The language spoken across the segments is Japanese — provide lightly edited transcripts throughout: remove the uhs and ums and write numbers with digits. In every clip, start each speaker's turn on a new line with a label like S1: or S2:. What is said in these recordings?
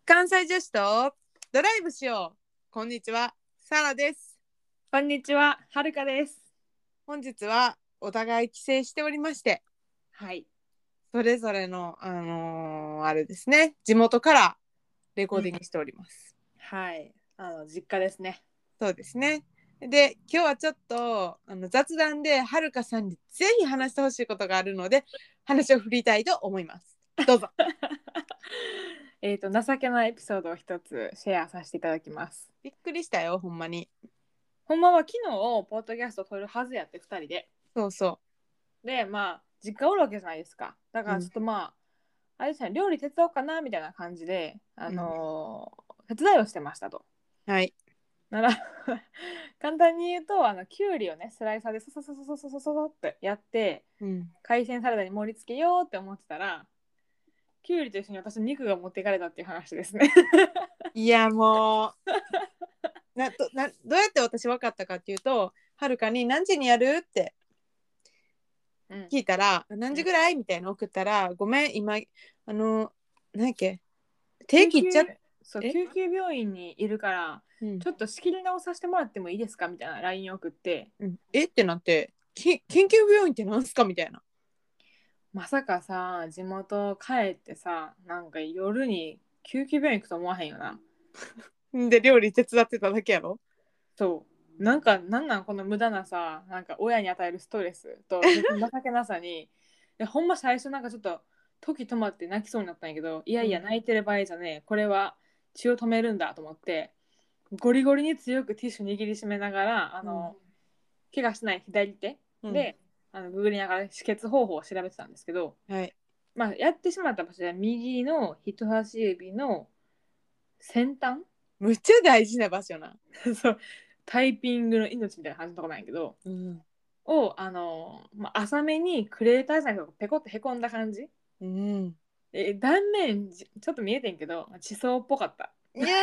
S1: 関西女子とドライブしよう。こんにちは、サラです。
S2: こんにちは、はるかです。
S1: 本日はお互い帰省しておりまして、
S2: はい。
S1: それぞれのあれですね、地元からレコーディングしております。
S2: はい。実家ですね。
S1: そうですね。で、今日はちょっと雑談ではるかさんにぜひ話してほしいことがあるので、話を振りたいと思います。どうぞ。
S2: 情けないエピソードを一つシェアさせていただきます。
S1: びっくりしたよ、ほんまに。
S2: ほんまは昨日、ポッドキャスト撮るはずやって、2人で。
S1: そうそ
S2: で、実家おるわけじゃないですか。だ
S1: う。
S2: からちょっとあれですね、料理手伝おうかなみたいな感じで、手伝いをしてましたと。
S1: はい。
S2: なら簡単に言うと、きゅうりをね、スライサーでそそそそそそそそってやって、
S1: うん。
S2: 海鮮サラダに盛り付けようって思ってたら、きゅうりと一緒に私の肉が持っていかれたっていう話ですね。
S1: いやもうどうやって私分かったかっていうと、はるかに何時にやるって聞いたら、何時ぐらいみたいなの送ったら、ごめん今何やっけ、手
S2: 救急
S1: 切っちゃっ
S2: そう
S1: え、
S2: 救急病院にいるから、
S1: うん、
S2: ちょっと仕切り直させてもらってもいいですかみたいな LINE 送って、
S1: うん、えってなって、研究病院ってなんすかみたいな。
S2: まさかさ、地元帰ってさ、なんか夜に救急病院行くと思わへんよな。
S1: で料理手伝ってただけやろ。
S2: そうなんこの無駄なさ、なんか親に与えるストレスと情けなさに。でほんま最初なんかちょっと時止まって泣きそうになったんやけど、いやいや泣いてる場合じゃねえ、これは血を止めるんだと思って、ゴリゴリに強くティッシュ握りしめながら、怪我しない左手
S1: うん、
S2: で、ググりながら止血方法を調べてたんですけど、
S1: はい。
S2: やってしまった場所は右の人差し指の先端。
S1: むっちゃ大事な場所な。
S2: そう、タイピングの命みたいな感じのとこなんやけど、
S1: うん、
S2: を浅めにクレーターじゃなくてペコってへこんだ感じ。
S1: うん、
S2: 断面ちょっと見えてんけど地層っぽかった。
S1: いや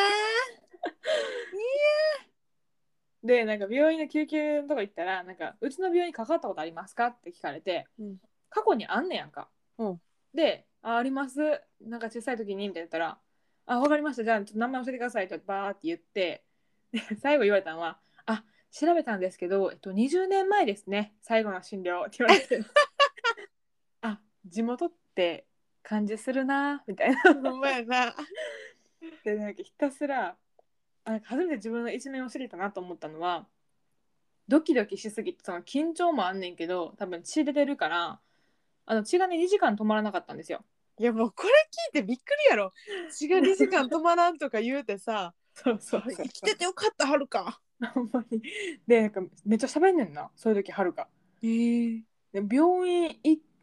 S2: でなんか病院の救急のとこ行ったら、なんかうちの病院にかかったことありますかって聞かれて、
S1: うん、
S2: 過去にあんねやんか。
S1: うん、
S2: で、あります。なんか小さい時にみたいな言ったら、わかりました。じゃあちょっと名前教えてくださいってバーって言って、で最後言われたのは、調べたんですけど、20年前ですね、最後の診療って言われて、地元って感じするなみたいな。
S1: ほんまやな。
S2: で、なんかひたすら、初めて自分の一面を知れたなと思ったのは、ドキドキしすぎて、その緊張もあんねんけど、多分血出てるから、血がね、2時間止まらなかったんですよ。
S1: いやもうこれ聞いてびっくりやろ。血が2時間止まらんとか言うてさ、
S2: そうそうそう
S1: 生きててよかった、はるか。
S2: ほんまに。で、なんかめっちゃ喋んねんな、そういう時、はるか。
S1: ええ、
S2: で、病院行って、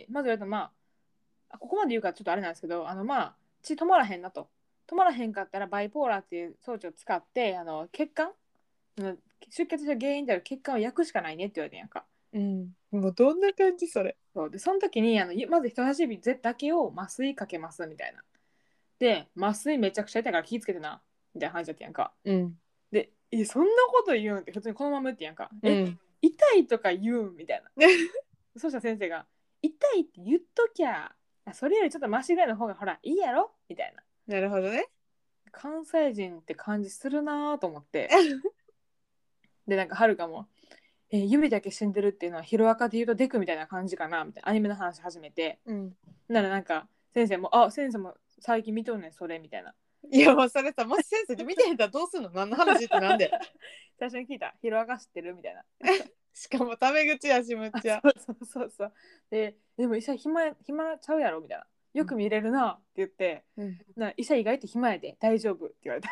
S2: まず言われたら、ここまで言うからちょっとあれなんですけど、血止まらへんなと。止まらへんかったら、バイポーラーっていう装置を使って、血管、出血した原因である血管を焼くしかないねって言われてんやんか。
S1: うん、もうどんな感じそれ。
S2: そうで、その時にまず人差し指だけを麻酔かけますみたいな。で、麻酔めちゃくちゃ痛いから気ぃつけてなみたいな話だったやんか。
S1: うん、
S2: で、そんなこと言うんって普通にこのまま言ってやんか。
S1: うん。
S2: 痛いとか言うんみたいな。そしたら先生が、痛いって言っときゃ、それよりちょっとマシぐらいの方がほら、いいやろみたいな。
S1: なるほどね。
S2: 関西人って感じするなと思って。で、なんかはるかも、指だけ死んでるっていうのはヒロアカで言うとデクみたいな感じかなみたいなアニメの話始めて。
S1: うん。
S2: ならなんか先生も最近見とんねんそれみたいな。
S1: いやもうそれさ、もし先生で見てへんだらどうすんの、何の話ってなんで。
S2: 最初に聞いた、ヒロアカ知ってるみたいな。
S1: しかもタメ口やし、むっちゃ。
S2: そうでも医者暇ちゃうやろみたいな、よく見れるなって言って、
S1: うん、
S2: 医者意外と暇やで大丈夫って言われた。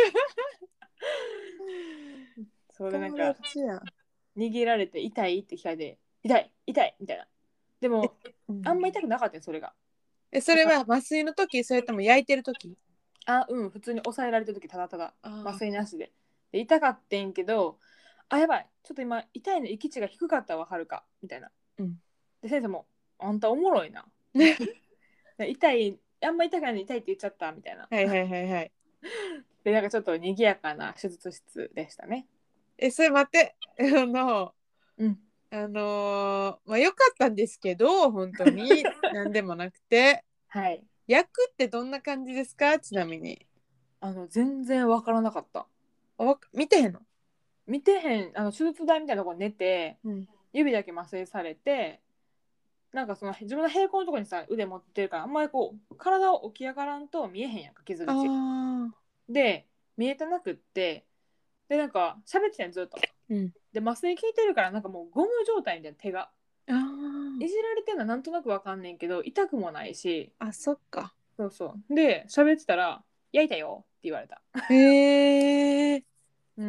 S2: そうで、なん
S1: 友
S2: か
S1: 達やん。
S2: 握られて痛いって聞かれて、痛い痛いみたいな。でも
S1: うん、
S2: あんま痛くなかったよそれが。
S1: それは麻酔の時、それとも焼いてる時。
S2: 普通に抑えられてる時、ただただ麻
S1: あ
S2: 酔なしで痛かってんけど、やばいちょっと今痛いの息値が低かったわはるかみたいな。
S1: ー、うん。
S2: で先生も、あんたおもろいな。あんま痛くないのに痛いって言っちゃったみたいな。
S1: はいはいはいはい。
S2: で、なんかちょっと賑やかな手術室でしたね。
S1: それ待って。
S2: うん。
S1: まあ良かったんですけど、本当に。なんでもなくて。
S2: はい。
S1: 役ってどんな感じですか？ちなみに。
S2: 全然わからなかった。
S1: 見てへんの？
S2: 見てへん。手術台みたいなところに寝て、
S1: うん。
S2: 指だけ麻酔されて、なんかその自分の平行のところにさ腕持ってるから、あんまりこう体を起き上がらんと見えへんやんか、傷
S1: あ
S2: 口
S1: あ。
S2: で。見えてなくって、でなんか喋ってたんずっと。
S1: うん。
S2: で麻酔効いてるから、なんかもうゴム状態みたいな、手が
S1: あ
S2: いじられてるのはなんとなくわかんねんけど、痛くもないし。
S1: あ。あ、そっか。
S2: そうそうで喋ってたら「焼いたよ」って言われた。
S1: へえ。
S2: うん。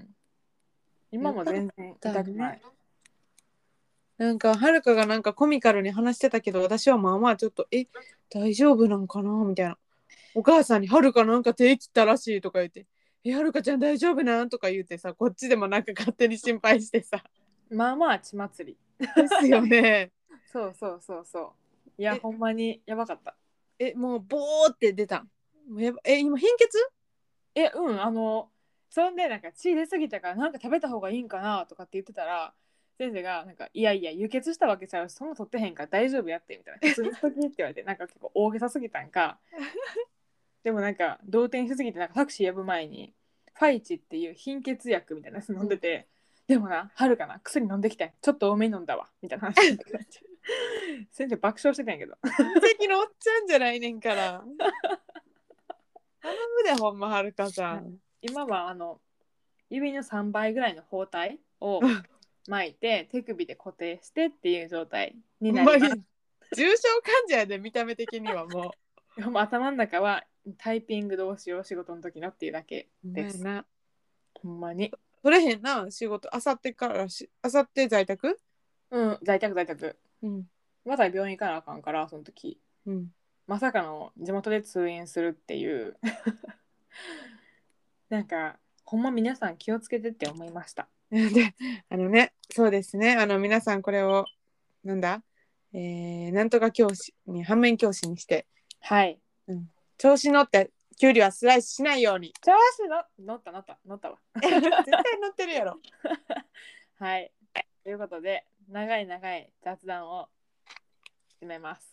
S2: 今も
S1: よかっ
S2: 全然
S1: たね。
S2: 痛くない。
S1: なんかはるかがなんかコミカルに話してたけど、私はまあまあちょっと大丈夫なんかなみたいな。お母さんにはるかなんか手切ったらしいとか言って、はるかちゃん大丈夫なんとか言ってさ、こっちでもなんか勝手に心配してさ。
S2: まあまあ血祭り。
S1: ですよね。
S2: そうそうそうそう。いや
S1: え
S2: ほんまにやばかった。
S1: もうボーって出たん？もう今貧血？
S2: うん、そんでなんか血出すぎたからなんか食べた方がいいんかなとかって言ってたら、先生がなんかいやいや輸血したわけちゃうし、そんな取ってへんから大丈夫やってみたいな、普通にしときって言われて、なんか結構大げさすぎたんか。でもなんか動転しすぎて、なんかタクシー呼ぶ前にファイチっていう貧血薬みたいなやつ飲んでて、でもなはるかな薬飲んできてちょっと多めに飲んだわみたいな話になって先生爆笑してたんやけど。
S1: 親戚のおっちゃんじゃないねんから。頼むでほんまはるかさん。
S2: 今は指の3倍ぐらいの包帯を巻いて手首で固定してっていう状態に
S1: ほんまに
S2: なります。
S1: 重症患者やで、見た目的にはも
S2: でも頭の中はタイピングどうしよう仕事の時のっていうだけ
S1: う。ほんま
S2: です。
S1: やな。
S2: ほんまに。
S1: 取れへんな、仕事。あさってからあさって在宅？
S2: うん在宅在宅。
S1: うん。
S2: また病院行かなあかんから、その時
S1: うん。
S2: まさかの地元で通院するっていうなんかほんま皆さん気をつけてって思いました。
S1: で、そうですね。皆さんこれを、なんだ、なんとか教師に、反面教師にして、
S2: はい。
S1: うん、調子乗ってきゅうりはスライスしないように。
S2: 調子の乗った乗った乗ったわ
S1: 絶対乗ってるやろ。
S2: はい。ということで長い長い雑談を締めます。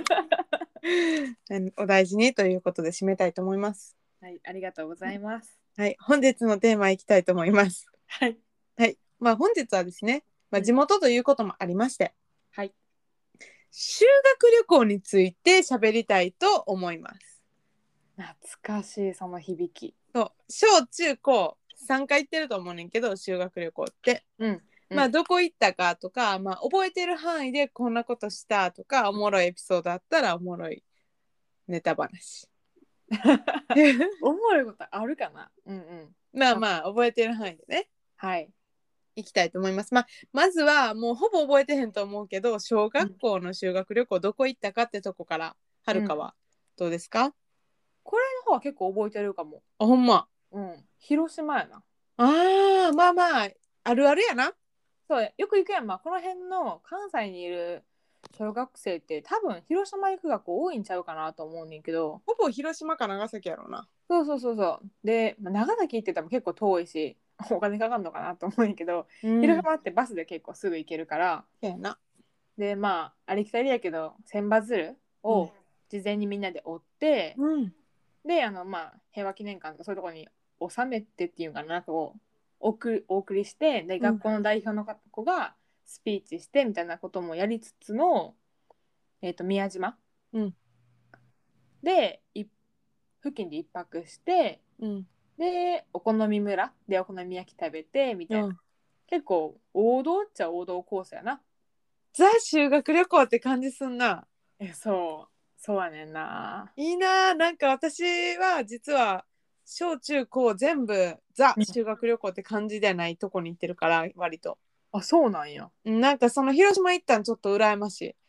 S1: お大事にということで締めたいと思います。
S2: はい、ありがとうございます。
S1: はい、本日のテーマいきたいと思います。
S2: はい。
S1: はい、まあ本日はですね、地元ということもありまして、
S2: はい。
S1: 修学旅行について喋りたいと思います。
S2: 懐かしいその響き。
S1: そう小中高3回行ってると思うねんけど、修学旅行って、まあどこ行ったかとか、まあ覚えてる範囲でこんなことしたとか、おもろいエピソードあったらおもろいネタ話。
S2: おもろいことあるかな。
S1: まあまあ覚えてる範囲でね、
S2: はい。
S1: 行きたいと思います。まずはもうほぼ覚えてへんと思うけど、小学校の修学旅行どこ行ったかってとこからはるかはどうですか？
S2: これの方は結構覚えてるかも。
S1: ほんま。
S2: 広島やな。
S1: まあまああるあるやな。
S2: そうよく行くやん。まあこの辺の関西にいる小学生って多分広島行く学校多いんちゃうかなと思うねんけど。
S1: ほぼ広島か長崎やろうな。
S2: そうそうそうそう。で、長崎って言っても結構遠いしお金かかるのかなと思うんやけど、広島ってバスで結構すぐ行けるから。
S1: やな。
S2: でまあありきたりやけど千羽鶴を事前にみんなで追って、でまあ平和記念館とかそういうところに収めてっていうかな、なんかこうお送りして、で学校の代表の子がスピーチしてみたいなこともやりつつの、宮島、で付近で一泊して、でお好み村でお好み焼き食べてみたいな、結構王道っちゃ王道コースやな。
S1: ザ修学旅行って感じすんな。
S2: そうやねんな。
S1: いいな。なんか私は実は小中高全部ザ修学旅行って感じではないとこに行ってるから、割と。
S2: あ、そうなんや。
S1: なんかその広島行ったんちょっと羨ましい。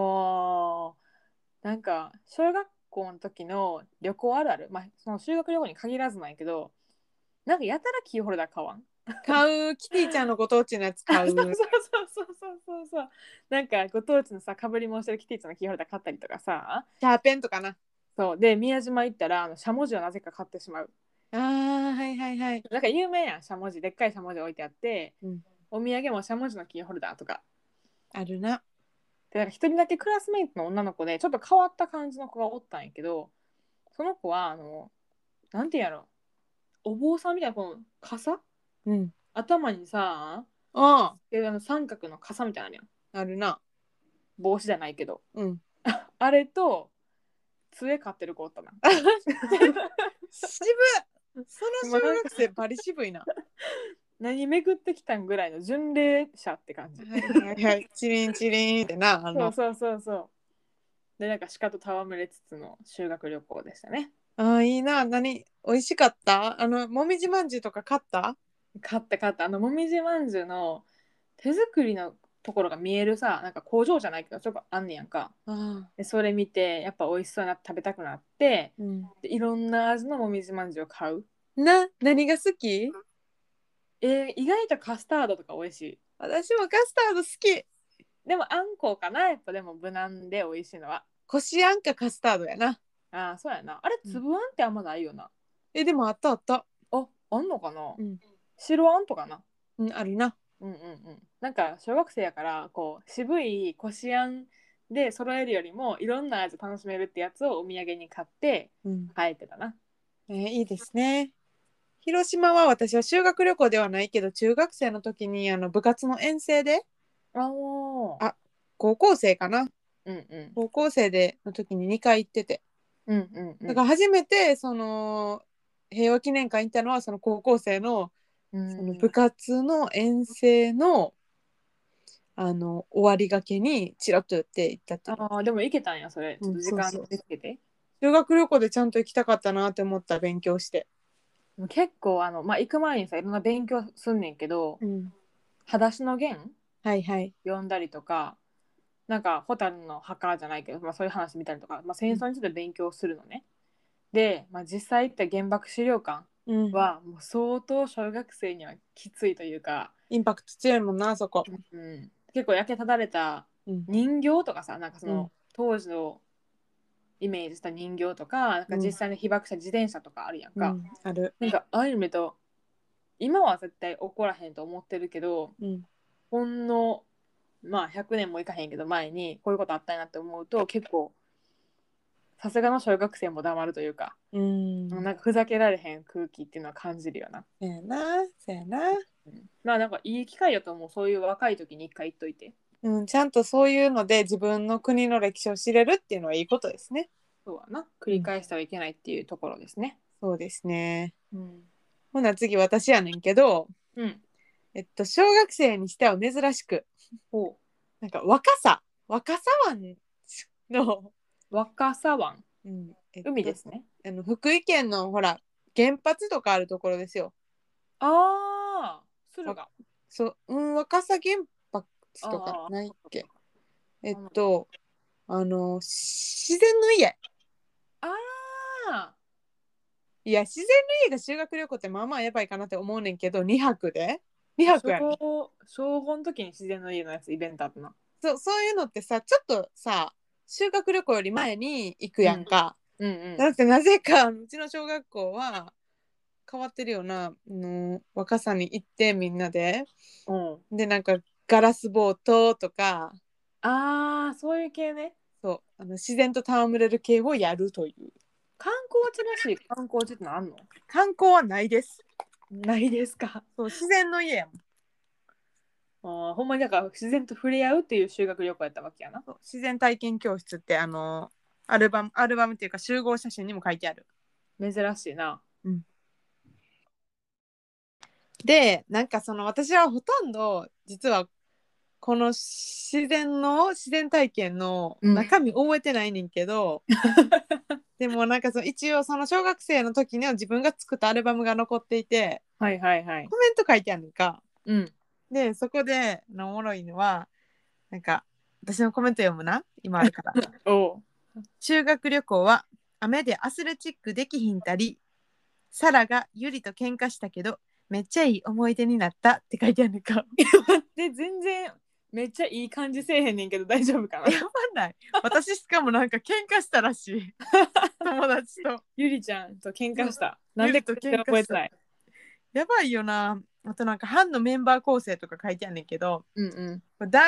S2: なんか小学校の時の旅行あるある、まあその修学旅行に限らずないけど、なんかやたらキーホルダー買わん？
S1: 買う。キティちゃんのご当地のやつ買う。
S2: そうなんかご当地のさかぶり物してるキティちゃんのキーホルダー買ったりとかさ。
S1: シャーペンとかな。
S2: そうで宮島行ったらしゃもじをなぜか買ってしまう。
S1: はいはいはい。
S2: なんか有名やん、しゃもじ、でっかいしゃもじ置いてあって、お土産もしゃもじのキーホルダーとか
S1: あるな。
S2: でなんか一人だけクラスメイトの女の子でちょっと変わった感じの子がおったんやけど、その子はなんていうんやろ、お坊さんみたいなこの傘、
S1: うん。
S2: 頭にさ、
S1: あ
S2: 三角の傘みたいなのやん。
S1: あ、あるな。
S2: 帽子じゃないけど。
S1: うん。
S2: あれと杖買ってる子おったな。
S1: 渋っ。その
S2: 今なんか
S1: 小学生バリ渋いな。
S2: 何巡ってきたんぐらいの巡礼者って感じ。
S1: はいはいはい。チリンチリンってな、
S2: そうそうそうそう。でなんか鹿と戯れつつの修学旅行でしたね。
S1: ああ、いいな。美味しかった？もみじまんじゅうとか買った？
S2: 買った買った。もみじまんじゅうの手作りのところが見えるさ、なんか工場じゃないけどちょっとあんねやんか。
S1: ああ。
S2: でそれ見てやっぱ美味しそうな食べたくなって、
S1: うん。
S2: でいろんな味のもみじまんじゅうを買う。
S1: 何が好き？
S2: 意外とカスタードとか美味しい。
S1: 私もカスタード好き。
S2: でもあんこかな、やっぱ。でも無難で美味しいのは。
S1: こしあんかカスタードやな。
S2: ああ、そうやな。あれ、
S1: うん。
S2: 粒あんってあんまないよな。
S1: でもあったあった。
S2: あんのかな。
S1: うん。
S2: 白あんとかな。
S1: うん、あるな。
S2: うんうんうん。なんか小学生やからこう渋いこしあんで揃えるよりもいろんな味楽しめるってやつをお土産に買って
S1: うん。
S2: 帰ってたな。
S1: いいですね。広島は私は修学旅行ではないけど、中学生の時に部活の遠征で、
S2: ああ。
S1: あ、高校生かな。
S2: うんうん
S1: 高校生での時に2回行ってて。
S2: うんうんうん
S1: だから初めて平和記念館行ったのはその高校生の
S2: う
S1: その
S2: ん。
S1: 部活の遠征の終わりがけにチラッと寄って行ったっていう。
S2: ああ、でも行けたんや、それ。ちょっ
S1: うん、
S2: と時間
S1: そうそう。
S2: 見つけて。
S1: 修学旅行でちゃんと行きたかったなって思った勉強して。
S2: 結構まあ、行く前にさいろんな勉強すんねんけど、
S1: うん。
S2: 裸足の弦
S1: はいはい。
S2: 読んだりとか、なんか蛍の墓じゃないけど、まあ、そういう話見たりとか、まあ、戦争について勉強するのね。で、まあ、実際行った原爆資料館
S1: うん。
S2: はもう相当小学生にはきついというか、
S1: インパクト強いもんな、あそこ。
S2: うん、結構焼けただれた
S1: うん。
S2: 人形とかさ、なんかそ
S1: うん。
S2: の当時のイメージした人形とか、なんか実
S1: うん。
S2: 際の被爆者自転車とかあるやんか。
S1: うん。ある。
S2: なんかああいうの見ると、今は絶対起こらへんと思ってるけど、
S1: うん。
S2: ほんのまあ100年もいかへんけど前にこういうことあったんやなって思うと、結構さすがの小学生も黙るというか、
S1: うん。
S2: なんかふざけられへん空気っていうのは感じるよな。
S1: そやな。そやな。
S2: まあなんかいい機会やと思う。そういう若い時に一回言っといて。
S1: うん。ちゃんとそういうので自分の国の歴史を知れるっていうのはいいことですね。
S2: そうはな。繰
S1: うん。
S2: り返してはいけないっていうところですね。
S1: そうですね。
S2: うん。
S1: ほな次私やねんけど、
S2: うん。
S1: 小学生にしては珍しく、
S2: お
S1: なんか若狭湾の、
S2: 若狭湾。
S1: うん、
S2: 海ですね。
S1: 福井県のほら、原発とかあるところですよ。
S2: ああ、駿
S1: わ
S2: 河。
S1: 若狭原発とか
S2: ああ、
S1: ないっけ？
S2: あの
S1: 自然の家。
S2: ああ、
S1: いや、自然の家が修学旅行ってまあまあやばいかなって思うねんけど、2泊で ?2 泊やねん。
S2: 小5の時に自然の家のやつイベントあったな。
S1: そういうのってさ、ちょっとさ、修学旅行より前に行く
S2: うん。
S1: やんか。
S2: うんうん。
S1: だってなぜかうちの小学校は変わってるような、若さに行ってみんなで。
S2: うん。
S1: で、なんかガラスボートとか、
S2: ああ、そういう系ね。
S1: そう、自然と戯れる系をやるという。
S2: 観光地らしい観光地ってのあんの？
S1: 観光はないです。
S2: ないですか。
S1: そう、自然の家やもん。
S2: ほんまにだから自然と触れ合うっていう修学旅行やったわけやな。
S1: そう、自然体験教室ってアルバムっていうか集合写真にも書いてある。
S2: 珍しいな。
S1: うん。で、なんか私はほとんど実はこの自然体験の
S2: うん。
S1: 中身覚えてないねんけど、でもなんか一応その小学生の時の自分が作ったアルバムが残っていて、
S2: はいはいはい。
S1: コメント書いてあるのか。
S2: うん。
S1: で、そこでおもろいのは、なんか私のコメント読むな、今あるから。
S2: おう。
S1: 修学旅行は雨でアスレチックできひんたり、サラがユリと喧嘩したけどめっちゃいい思い出になったって書いてあるのか。
S2: 待って、全然めっちゃいい感じせえへんねんけど大丈夫かな。
S1: やばない。私しかもなんか喧嘩したらしい。友達と。
S2: ゆりちゃんと喧嘩した。なんで
S1: ユリと喧嘩した。
S2: 覚えてない？
S1: やばいよな。 あとなんか班のメンバー構成とか書いてあるんねんけど、
S2: うん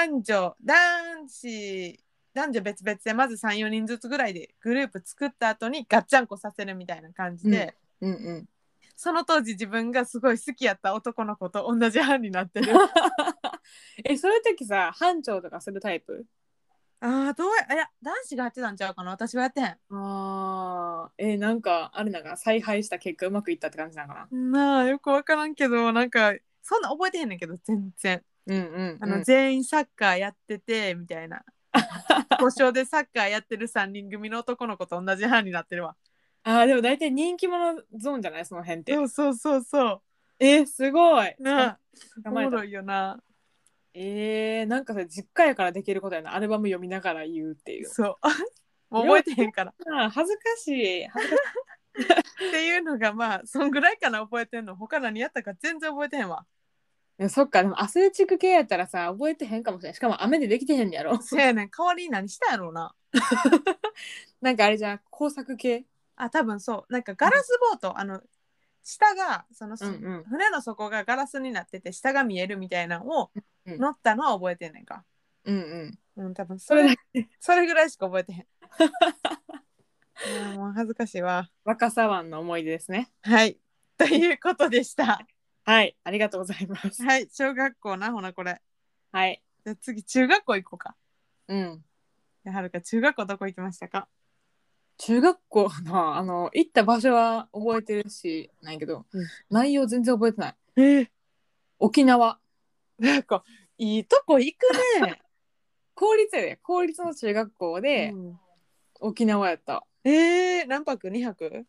S1: 男女別々でまず3、4人ずつぐらいでグループ作った後にガッチャンコさせるみたいな感じで、
S2: うんうん
S1: その当時自分がすごい好きやった男の子と同じ班になってる。
S2: そういう時さ班長とかするタイプ？
S1: どうや、いや、男子がやってたんちゃうかな、私はやってへん。
S2: なんかあれなんか采配した結果うまくいったって感じなのかな。
S1: なあ、よくわからんけど、なんか、そんな覚えてへんねんけど、全然。
S2: うんうんうん。
S1: 全員サッカーやってて、みたいな。故障でサッカーやってる3人組の男の子と同じ班になってるわ。
S2: でも大体人気者ゾーンじゃないその辺って。
S1: そうそうそうそ
S2: すごい。
S1: う。なあ、お
S2: 捕まえた。
S1: もろいよな。
S2: なんかさ実家やからできることやな。アルバム読みながら言うっていう。
S1: そう。もう
S2: よう
S1: 覚えてへんから。
S2: 恥ずかしい。恥ずかし
S1: っていうのがまあ、そんぐらいかな、覚えてんの。他何やったか全然覚えてへんわ。
S2: い。そっか、でもアスレチック系やったらさ、覚えてへんかもしれない。しかも雨でできてへんやろ。
S1: せやねん、代わりに何したやろうな。
S2: なんかあれじゃん、工作系。
S1: 多分そう。なんかガラスボート、下が、
S2: うんうん
S1: 船の底がガラスになってて、下が見えるみたいなのを
S2: うん
S1: 乗ったのは覚えてんねんか。
S2: うんうん。
S1: 多分
S2: それだけ。
S1: それぐらいしか覚えてへん。いや、もう恥ずかしいわ。
S2: 若狭湾の思い出ですね。
S1: はい。ということでした。
S2: はい、ありがとうございます。
S1: はい、小学校な、ほな、これ。
S2: はい。
S1: じゃあ次、中学校行こうか。
S2: うん。
S1: はるか、中学校どこ行きましたか？
S2: 中学校の行った場所は覚えてるしないけど、内容全然覚えてない。沖縄。
S1: なんか、いいとこ行くね。
S2: 公立やで、公立の中学校で、沖縄やった。
S1: 何泊 ?2 泊？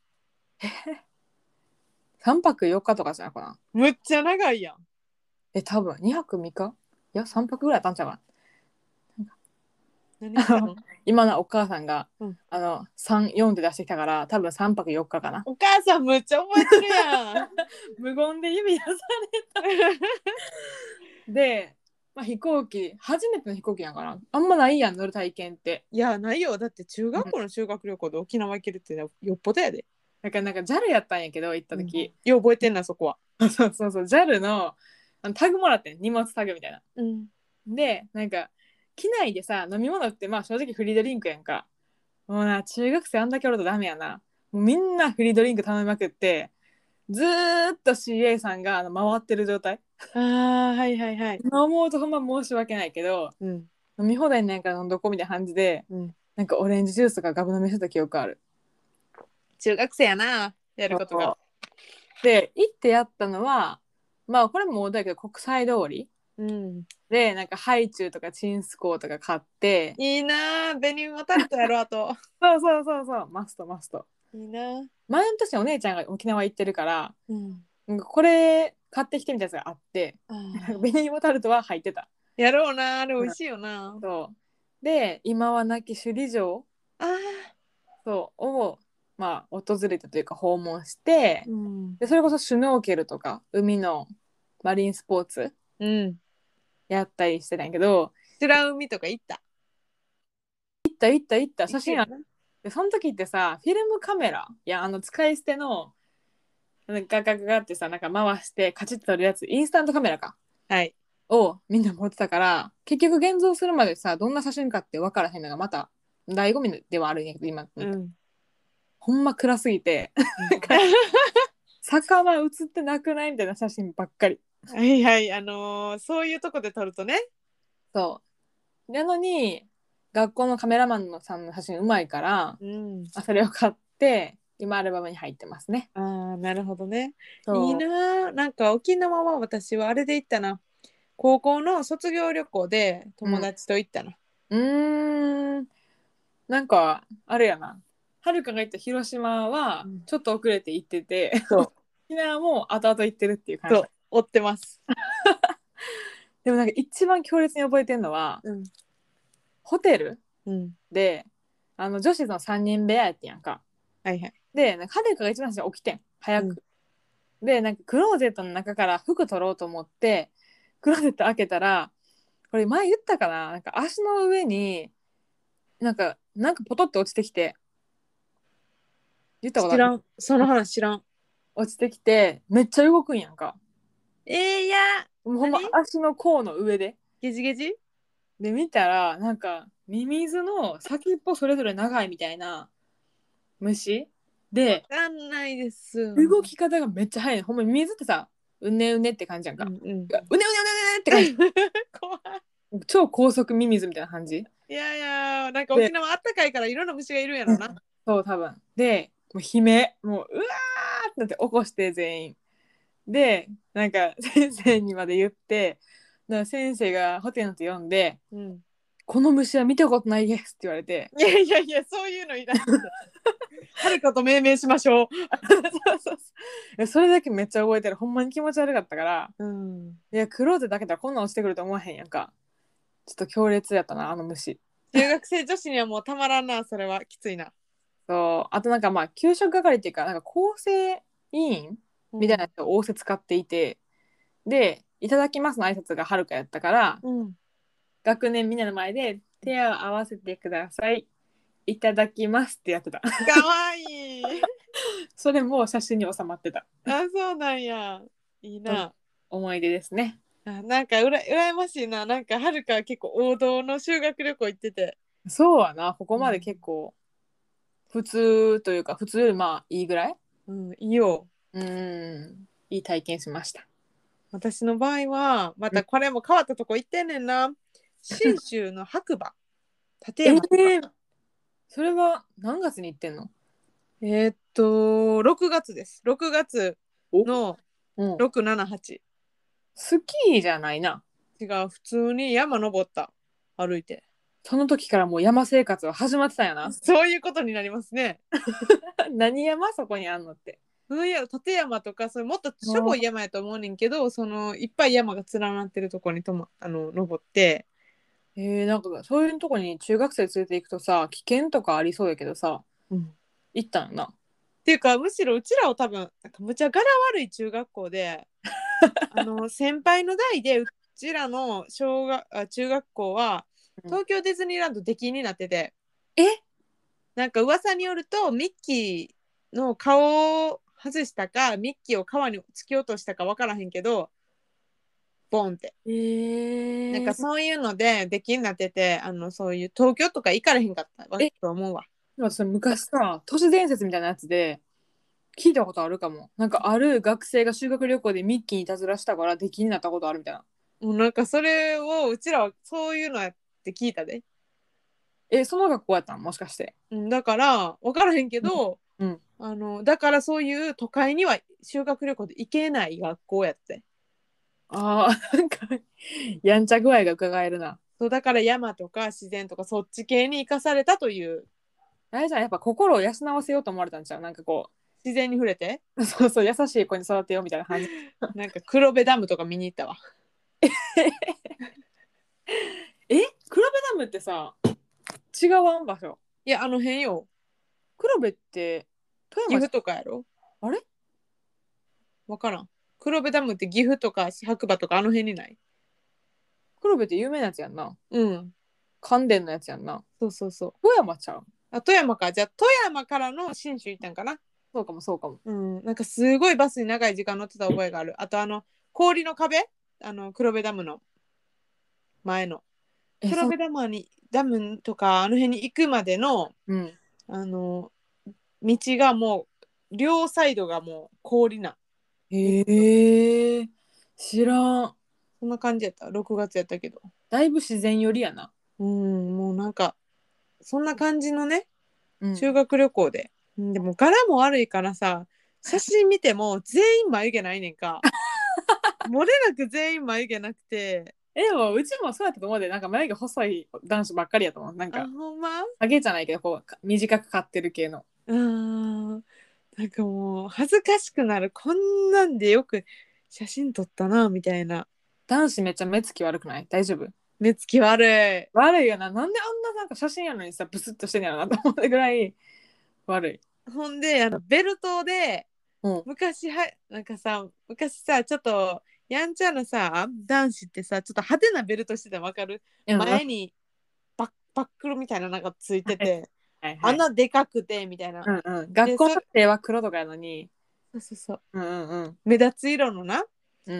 S2: 3泊4日とかじゃないかな。
S1: むっちゃ長いやん。
S2: 多分2泊3日、いや3泊ぐらいやったんちゃうか
S1: 何したの？
S2: 今のお母さんが、
S1: うん、
S2: 3、4で出してきたから多分3泊4日かな。
S1: お母さんむっちゃ覚えてるやん。
S2: 無言で指出された。で、飛行機初めての飛行機やからあんまないやん乗る体験って。
S1: いや、ないよ。だって中学校の修学旅行で沖縄行けるってよっぽどやで。
S2: だからなんか JAL やったんやけど行った時、
S1: よう覚えてんな、そこは。
S2: そうそうそう JAL のタグもらってん、荷物タグみたいな。
S1: うん。
S2: でなんか機内でさ飲み物って正直フリードリンクやんか。もうな中学生あんだけおるとダメやな。もうみんなフリードリンク頼みまくってずーっと CA さんが回ってる状態。
S1: はいはいはい。
S2: 今思うとほんま申し訳ないけど、
S1: うん。
S2: 飲み放題なんか飲んどこみたいな感じで、
S1: うん。
S2: なんかオレンジジュースとかガブ飲みしてた記憶ある。
S1: 中学生やな、やることが。
S2: で行ってやったのはこれもだけど国際通り
S1: うん。
S2: でなんかハイチュウとかチンスコーとか買って。
S1: いいな、紅芋タルトやろ、あと。
S2: そうそうそうそう、マストマスト。
S1: いいな。
S2: 前の年お姉ちゃんが沖縄行ってるから、
S1: うん。
S2: これ買ってきてみたやつがあって、
S1: あ
S2: 紅芋タルトは入ってた。
S1: やろうな、あれ美味しいよな。
S2: そうで今は亡き首里城
S1: あ
S2: を訪れたというか訪問して、
S1: うん。
S2: でそれこそシュノーケルとか海のマリンスポーツ
S1: うん。
S2: やったりしてたんやけど、
S1: 白海とか行った。
S2: 行った写真ある。
S1: 行くよ
S2: でその時ってさフィルムカメラ使い捨てのガガガガってさなんか回してカチッと撮るやつインスタントカメラか
S1: な。はい。
S2: をみんな持ってたから結局現像するまでさどんな写真かって分からへんのがまた醍醐味ではあるんやけど今、ほんま暗すぎて魚映ってなくないみたいな写真ばっかり。
S1: はいはい、そういうとこで撮るとね。
S2: そうなのに学校のカメラマンのさんの写真うまいから、それを買って今アルバムに入ってますね。
S1: なるほどね。いいな。なんか沖縄は私はあれで行ったな。高校の卒業旅行で友達と行ったな。
S2: なんかあれやな、はるかが行った広島はちょっと遅れて行ってて、沖縄も後々行ってるっていう感じ。
S1: そう、追ってます。
S2: でもなんか一番強烈に覚えてるのは、ホテルで女子の3人部屋やってやんか。
S1: はいはい。
S2: でなんかはるかが一番最初起きてん早く、でなんかクローゼットの中から服取ろうと思ってクローゼット開けたら、これ前言ったかな、なんか足の上になんかポトって落ちてきて、言ったことある？
S1: 知らん、その話知らん。
S2: 落ちてきてめっちゃ動くんやんか。
S1: いや、
S2: もうほんま
S1: 何
S2: 足の甲の上で。
S1: ゲジゲジ
S2: で見たらなんかミミズの先っぽそれぞれ長いみたいな虫で、
S1: わかんないです。
S2: 動き方がめっちゃ速いの。ほんまミミズってさ、うねうねって感じやんか。
S1: うんうん。
S2: うねうねうねうねって感じ。
S1: 怖い。
S2: 超高速ミミズみたいな感じ
S1: いやいや、なんか沖
S2: で、
S1: 縄あったかいからいろんな虫がいるんやろな。
S2: そう多分で、もう悲鳴、もううわーってなって起こして全員で、なんか先生にまで言って、だから先生がホテルの人呼んで、
S1: うん。
S2: この虫は見たことないですって言われて、
S1: いやいやいや、そういうのいらんって。はるかと命名しましょう。
S2: そうそうそう、それだけめっちゃ覚えてる。ほんまに気持ち悪かったから、
S1: うん。
S2: いやクローゼだけだこんなん落ちてくると思わへんやんか。ちょっと強烈やったなあの虫。
S1: 中学生女子にはもうたまらんな、それはきついな。
S2: そう、あとなんかまあ給食係っていうか、なんか構成委員みたいな人を仰せ使っていて、でいただきますの挨拶がはるかやったから、
S1: うん。
S2: 学年みんなの前で手を合わせてください、いただきますってやってた。
S1: かわいい。
S2: それも写真に収まってた。
S1: あ、そうなんや。いいな。
S2: 思い出ですね。
S1: あ、なんか羨ましいな。なんかはるかは結構王道の修学旅行行ってて。
S2: そうはな、ここまで結構普通というか、普通よりまあいいぐらい、
S1: うん、いいよ。
S2: いい体験しました。
S1: 私の場合は、ま
S2: うん、
S1: たこれも変わったとこ行ってんねんな。信州の白馬、立
S2: え
S1: 山とか。
S2: ー、それは何月に行ってんの？
S1: 6月です。6月
S2: お、
S1: の
S2: うん、
S1: 6、7、8。
S2: スキーじゃないな。
S1: 違う、普通に山登った。歩いて。
S2: その時からもう山生活は始まってたんやな。
S1: そういうことになりますね。
S2: 何山そこにあんのって。
S1: そういや、立山とか、それもっとしょぼい山やと思うねんけど、そのいっぱい山が連なってるところに登って。
S2: なんかそういうとこに中学生連れて行くとさ、危険とかありそうやけどさ、
S1: うん、っ
S2: 行ったんやな。
S1: ていうか、むしろうちらを多分、なんかむちゃ柄悪い中学校で、先輩の代でうちらの中学校は
S2: うん、
S1: 東京ディズニーランド出禁になってて、
S2: え、
S1: なんか噂によるとミッキーの顔を外したかミッキーを川に突き落としたか分からへんけど、ボンって、なんか
S2: ー、
S1: そういうので出禁になってて、そういう東京とか行かれへんかったわ
S2: え、
S1: と思うわ。
S2: 私昔さ、都市伝説みたいなやつで聞いたことあるかも。なんかある学生が修学旅行でミッキーにいたずらしたから出禁になったことあるみたいな。
S1: もうなんかそれをうちらはそういうのやって聞いたで。
S2: その学校やったんもしかして。
S1: うん、だから分からへんけど、
S2: うん。
S1: だからそういう都会には修学旅行で行けない学校やって。
S2: ああ、なんか、やんちゃ具合が伺えるな。
S1: そうだから山とか自然とかそっち系に生かされたという。
S2: あれじゃん、やっぱ心を養わせようと思われたんちゃう？なんかこ
S1: 自然に触れて、
S2: う、そうそう、優しい子に育てようみたいな感じ。
S1: なんか黒部ダムとか見に行ったわ。
S2: 黒部ダムってさ、違わん場所。
S1: いや、あの辺よ。
S2: 黒部って富山じ
S1: 岐阜とかやろ。
S2: ゃん。あれ、
S1: わからん。黒部ダムって岐阜とか白馬とかあの辺にない？
S2: 黒部って有名なやつやんな。
S1: うん。
S2: 関電のやつやんな。
S1: そうそうそう。
S2: 富山ちゃう？
S1: 富山か。じゃあ富山からの信州行ったんかな。
S2: そうかもそうかも。
S1: うん。なんかすごいバスに長い時間乗ってた覚えがある。あと氷の壁、黒部ダムの前の。
S2: え、
S1: 黒部ダムとかあの辺に行くまでの
S2: うん。
S1: あの道がもう両サイドがもう氷な。
S2: へえ、知らん。
S1: そんな感じやった。6月やったけど。
S2: だいぶ自然寄りやな。
S1: うん、もうなんかそんな感じのね、
S2: うん。
S1: 修学旅行で。でも柄も悪いからさ、写真見ても全員眉毛ないねんか。漏れなく全員眉毛なくて。
S2: でもうちもそうやったと思うで、なんか眉毛細い男子ばっかりやと思う。なん
S1: あ、
S2: か
S1: ほんま。
S2: ハゲじゃないけどこう短く刈ってる系の。
S1: うーん。なんかもう恥ずかしくなる。こんなんでよく写真撮ったなみたいな。
S2: 男子めっちゃ目つき悪くない？大丈夫？
S1: 目つき悪い。
S2: 悪いよな。なんであんななんか写真やのにさブスッとしてんやろなと思うぐらい悪い。
S1: ほんでベルトで
S2: うん。
S1: なんかさ、昔さ、ちょっとやんちゃなさ男子ってさ、ちょっと派手なベルトしてたの分かる？
S2: うん、は
S1: 前にバックルみたいなのがついて
S2: い
S1: て、
S2: はいはい。
S1: 穴でかくてみたいな。
S2: うんうん。学
S1: で、
S2: 校の制服は黒とかやのに。
S1: そうそうそう、
S2: うんうんうん。
S1: 目立つ色のな、
S2: うん。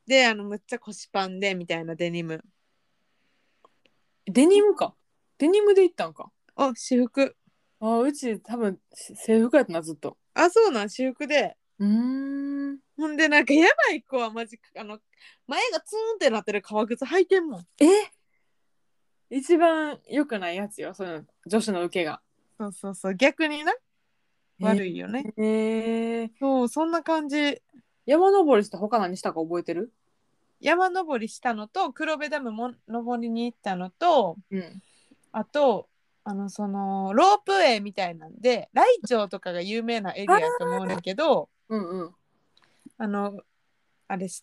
S1: でむっちゃ腰パンでみたいなデニム。
S2: デニムか。デニムで行ったんか。
S1: 私服。
S2: うち多分制服やったなずっと。
S1: そうなん、私服で。
S2: うーん。
S1: ほんでなんかやばい子はマジ前がツーンってなってる革靴履いてんもん。
S2: 一番良くないやつよ、その女子の受けが。
S1: そうそうそう、逆にな、悪いよね。そう、そんな感じ。
S2: 山登りして他何したか覚えてる？
S1: 山登りしたのと、黒部ダムも登りに行ったのと、
S2: うん。
S1: あと、そのロープウェイみたいなんで、ライチョウとかが有名なエリアやと思うんだけど、
S2: うんうん。
S1: あの、あれした。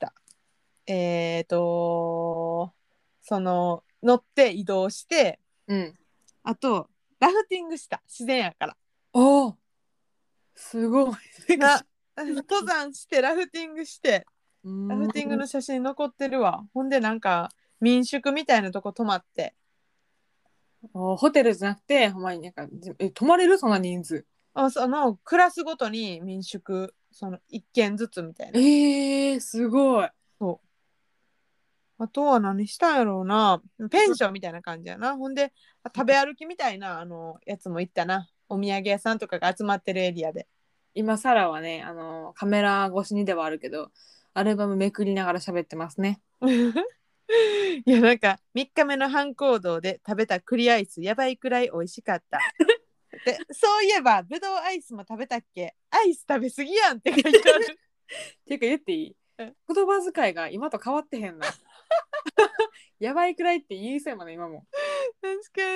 S1: 乗って移動して、
S2: うん。
S1: あと、ラフティングした。自然やから。
S2: おー、すごい。
S1: 登山してラフティングして、ラフティングの写真残ってるわ。ほんでなんか民宿みたいなとこ泊まって。
S2: ホテルじゃなくて、ほんまになんか、泊まれるそんな人数？
S1: クラスごとに民宿、一軒ずつみたいな。
S2: すごい。
S1: そう。あとは何したんやろうな。ペンションみたいな感じやな。ほんで、食べ歩きみたいな、やつも行ったな。お土産屋さんとかが集まってるエリアで。
S2: 今、サラはね、カメラ越しにではあるけど、アルバムめくりながら喋ってますね。
S1: いや、なんか、3日目の半行動で食べた栗アイス、やばいくらい美味しかった。で、そういえば、ぶどうアイスも食べたっけ？アイス食べ過ぎやんって書いてある。
S2: ていうか言っていい？言葉遣いが今と変わってへんな。やばいくらいって言いそうやもんね、今も。
S1: 確か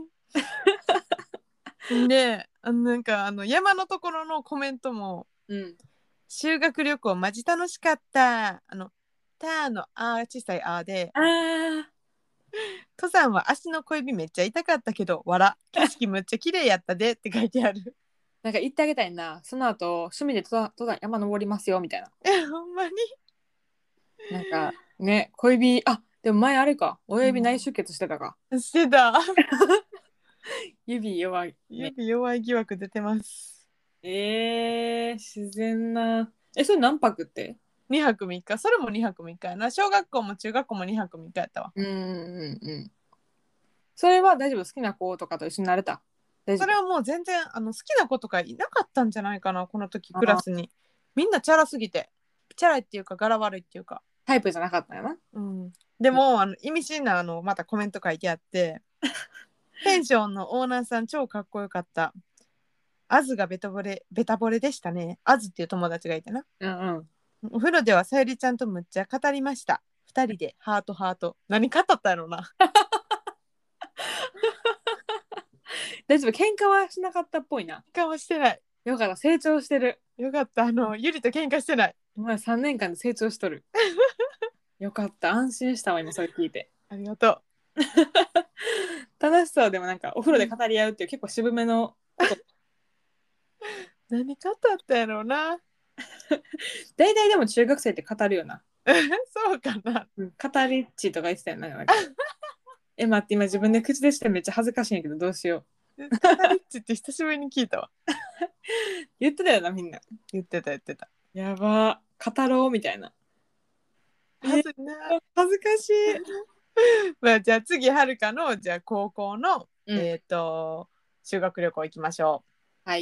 S1: に。で、なんか山のところのコメントも、
S2: うん。
S1: 修学旅行マジ楽しかった。ターの小さいで、
S2: あー、
S1: 登山は足の小指めっちゃ痛かったけど、景色めっちゃ綺麗やったでって書いてある。
S2: なんか言ってあげたいな。その後、趣味で登山山登りますよ、みたいな。
S1: ほんまに。
S2: なんか、ね、小指、でも前あれか、親指内出血してたか。
S1: してた。
S2: 指弱い、ね。
S1: 指弱い疑惑出てます。
S2: 自然な。それ何泊って？
S1: 2泊3日。それも2泊3日やな。小学校も中学校も2泊3日やったわ。
S2: うんうんうん。それは大丈夫？好きな子とかと一緒になれた？大丈夫？
S1: それはもう全然好きな子とかいなかったんじゃないかな、この時
S2: あー、
S1: クラスに。みんなチャラすぎて。チャラいっていうか柄悪いっていうか。
S2: タイプじゃなかったんやな。
S1: うん、でも意味深なまたコメント書いてあって、ペンションのオーナーさん超かっこよかった。アズがベタボレでしたね。アズっていう友達がいてな。
S2: うんうん。
S1: お風呂ではさゆりちゃんとむっちゃ語りました。二人でハートハート。何語ったやろな。
S2: 大丈夫？喧嘩はしなかったっぽいな。
S1: かもしてない。
S2: よかった、成長してる。
S1: よかった。ゆりと喧嘩してない。
S2: お前3年間で成長しとる。よかった、安心したわ、今それ聞いて。
S1: ありがと
S2: 楽しそう。でもなんかお風呂で語り合うっていう結構渋めのこと。
S1: う。何語ったやろうな。
S2: 大体でも中学生って語るよな。
S1: そうかな。
S2: 語りっちとか言ってたよな。なんか待って、今自分で口でしてめっちゃ恥ずかしいんやけどどうしよう。
S1: 語りっちって久しぶりに聞いたわ。
S2: 言ってたよな、みんな。
S1: 言ってた。
S2: やば、語ろうみたいな。
S1: はずいな。
S2: 恥ずかしい。
S1: まあじゃあ次はるかのじゃあ高校の、
S2: うん、
S1: 修学旅行行きましょ
S2: はい。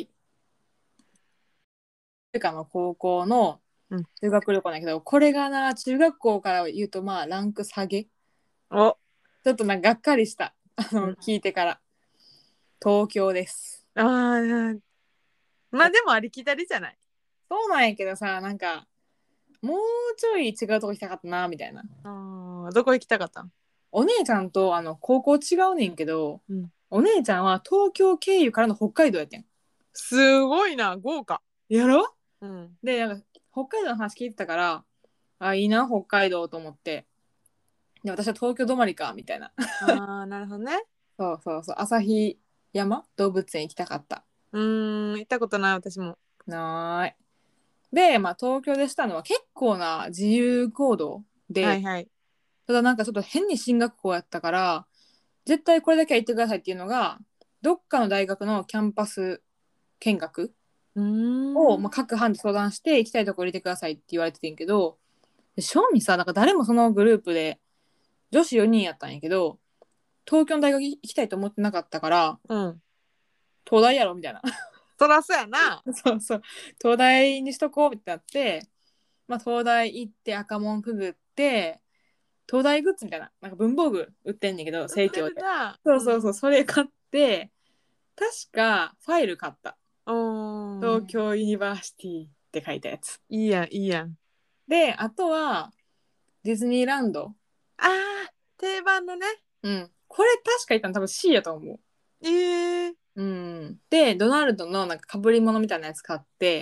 S2: 中華の高校の
S1: うん
S2: 修学旅行だけど、これがな、中学校から言うとまあランク下げ。
S1: う。お、
S2: ちょっとなんかがっかりした。
S1: うん
S2: 聞いてから。東京です。
S1: あー、まあでもありきたりじゃない。
S2: そうなんやけどさ、なんか、もうちょい違うとこ行きたかったな、みたいな。
S1: どこ行きたかったん？
S2: お姉ちゃんと高校違うねんけど、
S1: うん、
S2: お姉ちゃんは東京経由からの北海道やってん。
S1: すごいな、豪華。
S2: やろ？
S1: うん。
S2: で、なんか北海道の話聞いてたから、いいな、北海道と思って。で、私は東京止まりか、みたいな。
S1: なるほどね。
S2: そうそうそう、旭山動物園行きたかった。
S1: 行ったことない私も。
S2: なーい。で、まあ東京でしたのは結構な自由行動で、
S1: はいはい。
S2: ただなんかちょっと変に進学校やったから、絶対これだけは言ってくださいっていうのが、どっかの大学のキャンパス見学を、まあ、各班で相談して行きたいとこ入れてくださいって言われててんけど、 で正味さ、なんか誰もそのグループで女子4人やったんやけど、東京の大学行きたいと思ってなかったから、
S1: うん。
S2: 東大やろみたいな。
S1: そらそうやな。
S2: そうそう、東大にしとこうってなって、まあ、東大行って赤門くぐって、東大グッズみたいな、なんか文房具売ってんねんけど、
S1: 売って
S2: 生協で。
S1: るな。
S2: そうそうそう、それ買って、確かファイル買った。
S1: うん。
S2: 東京ユニバーシティって書いたやつ。
S1: いいやん、いいやん。
S2: で、あとはディズニーランド。
S1: あー、定番のね。
S2: うん。これ確か言ったの多分 C やと思う。
S1: え
S2: うん。で、ドナルドのなんか被り物みたいなやつ買って、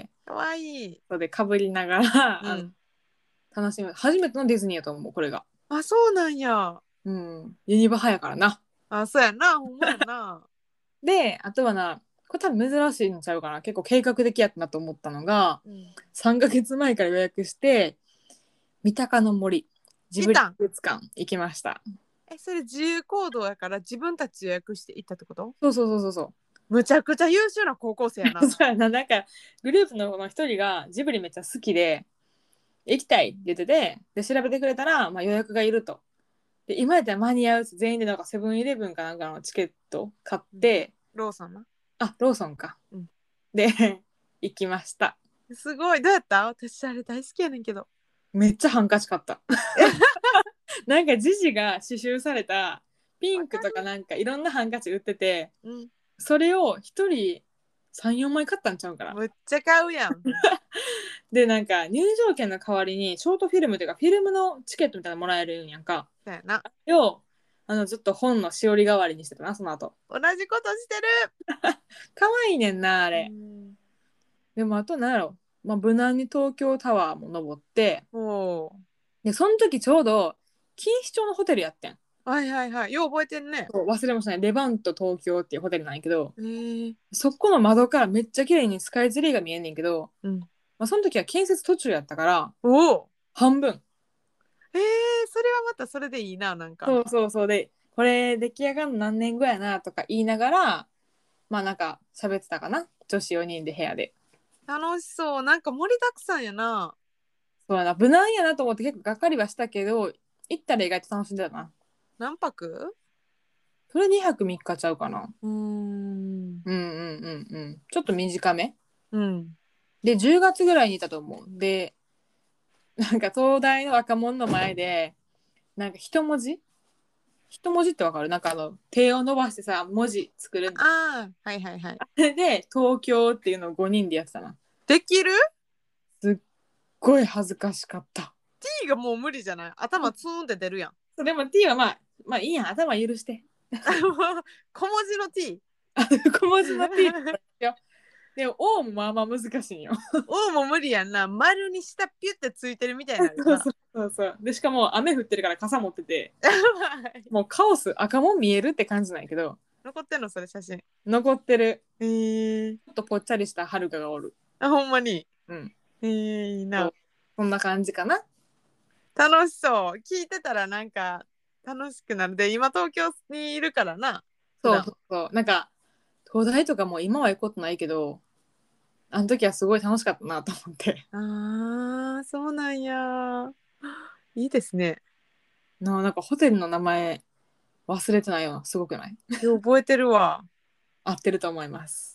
S1: かわいい。
S2: それで被りながら、
S1: うん。
S2: 楽しむ。初めてのディズニーやと思う、これが。
S1: あ、そうなんや。
S2: うん。ユニバ派やからな。
S1: あ、そうやな。ほんまやな。
S2: で、あとはな、これ多分珍しいんちゃうかな。結構計画的やったなと思ったのが、
S1: うん。
S2: 3ヶ月前から予約して、三鷹の森、ジブリ
S1: いたん。
S2: 美術館行きました。
S1: それ自由行動やから自分たち予約して行ったってこと？
S2: そうそうそうそうそ
S1: むちゃくちゃ優秀な高校生や
S2: う。
S1: な。
S2: そうやな、なんかグループのこの一人がジブリめっちゃ好きで、行きたいって言ってて、で、調べてくれたら、まあ、予約がいると。で、今やったら間に合う全員でなんかセブンイレブンかなんかのチケット買って、
S1: ローソンな。
S2: あ、ローソンか。
S1: うん。
S2: で、行きました。
S1: すごい。どうやった？私あれ大好きやねんけど。
S2: めっちゃハンカチ買った。なんかジジが刺繍されたピンクとかなんかいろんなハンカチ売ってて、
S1: うん。
S2: それを一人3、4枚買ったんちゃうかな。
S1: むっちゃ買うやん。
S2: で、なんか入場券の代わりにショートフィルムというかフィルムのチケットみたいなのもらえるんやんか。
S1: そうやな。
S2: をずっと本のしおり代わりにしてたな、その後。
S1: 同じことして
S2: 可愛いねんな、あ
S1: る。う
S2: れ。
S1: ん。
S2: でもあとなんやろ。まあ、無難に東京タワーも登って、
S1: おー。
S2: で、その時ちょうど錦糸町のホテルやってん。
S1: はいはいはい。よう覚えてんね。
S2: そう忘れもしない。レバント東京っていうホテルなんやけど、
S1: ー、
S2: そこの窓からめっちゃ綺麗にスカイツリーが見えんねんけど、
S1: うん。
S2: まあ、その時は建設途中やったから、
S1: おお。
S2: 半分。
S1: それはまたそれでいいな、なんか。
S2: そうそうそうで、これ出来上がるの何年後やなとか言いながら、まあなんか喋ってたかな。女子4人で部屋で。
S1: 楽しそう。なんか盛りだくさんやな。
S2: そうやな、無難やなと思って結構がっかりはしたけど、行ったら意外と楽しんでたな。
S1: 何泊？
S2: それ2泊3日ちゃうかな。
S1: うーん。
S2: うんうんうんうん。ちょっと短め。
S1: うん。
S2: で、10月ぐらいにいたと思う。で、なんか東大の若者の前で、なんか一文字ってわかる？なんか手を伸ばしてさ、文字作る。
S1: ああ、はいはいはい。
S2: で、東京っていうのを5人でやってたな。
S1: できる？
S2: すっごい恥ずかしかった。
S1: T がもう無理じゃない？頭ツーンって出るやん。
S2: でも T はまあいいやん、頭許して。
S1: 小文字の T。
S2: 小文字の T よ。でも O もまあまあ難しいんよ。
S1: おも無理やんな。丸に下ピュってついてるみたいになるよな。
S2: そうそうそうそう。で、しかも雨降ってるから傘持ってて、もうカオス、赤もん見えるって感じなんやけど、
S1: 残ってんのそれ写真。
S2: 残ってる。
S1: ー、
S2: ちょっとぽっちゃりしたはるかがおる。
S1: あ、ほんまに。
S2: うん。
S1: いいな。
S2: そう。こんな感じかな。
S1: 楽しそう。聞いてたらなんか楽しくなる。で、今東京にいるからな。普
S2: そう
S1: 段。
S2: そうそう。なんか、東大とかも今は行くことないけど、あの時はすごい楽しかったなと思って。
S1: ああ、そうなんや。いいですね。
S2: なんかホテルの名前忘れてないような、すごくない？
S1: よう覚えてるわ。
S2: 合ってると思います。
S1: うん。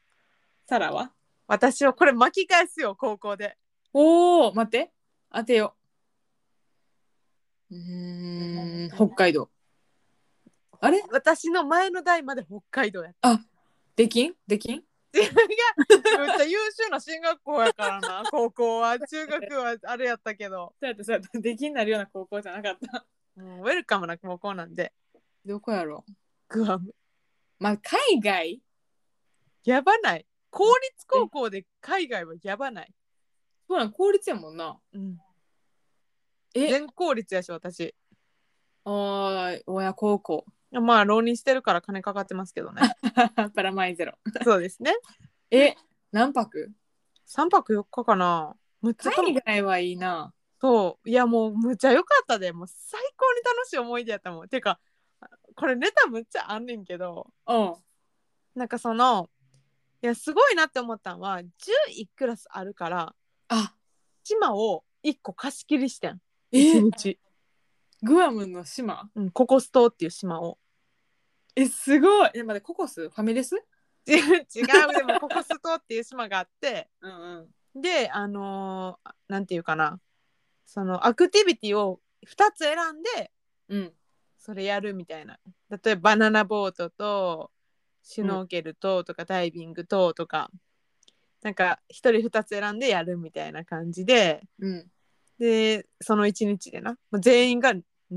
S2: サラは？
S1: 私はこれ巻き返すよ、高校で。
S2: おー、待って。当てよう。北海道。あれ？
S1: 私の前の代まで北海道やった。
S2: あ、できん
S1: いや、めっちゃ優秀な進学校やからな、高校は。中学はあれやったけど。
S2: そうやった。できんなるような高校じゃなかった。
S1: ウェルカムな高校なんで。
S2: どこやろう？
S1: グアム。
S2: まあ、海外？
S1: やばない？公立高校で海外はやばない？
S2: そうなん公立やもんな。
S1: うん。
S2: え、
S1: 全公立やし、私。
S2: 親孝行。
S1: まあ、浪人してるから金かかってますけどね。
S2: パラマイゼロ。
S1: そうですね。
S2: 何泊？
S1: 3泊4日かな。むっちゃ
S2: 海外はいいな。
S1: そう。いや、もうむっちゃ良かったで。もう最高に楽しい思い出やったもん。てか、これネタむっちゃあんねんけど、
S2: うん。
S1: なんかいや、すごいなって思ったのは、11クラスあるから、
S2: あ、
S1: 島を 1個貸し切りしてん。
S2: え
S1: 1日。
S2: グアムの島？
S1: ココス島っていう島を。
S2: すごい。待って、ココスファミレス？
S1: 違う、でもココス島っていう島があって、
S2: うんうん。
S1: でなんていうかな、そのアクティビティを2つ選んで
S2: うん。
S1: それやるみたいな。例えばバナナボートとシュノーケルとかダイビングとか、なんか1人2つ選んでやるみたいな感じで、
S2: うん。
S1: でその1日でな全員が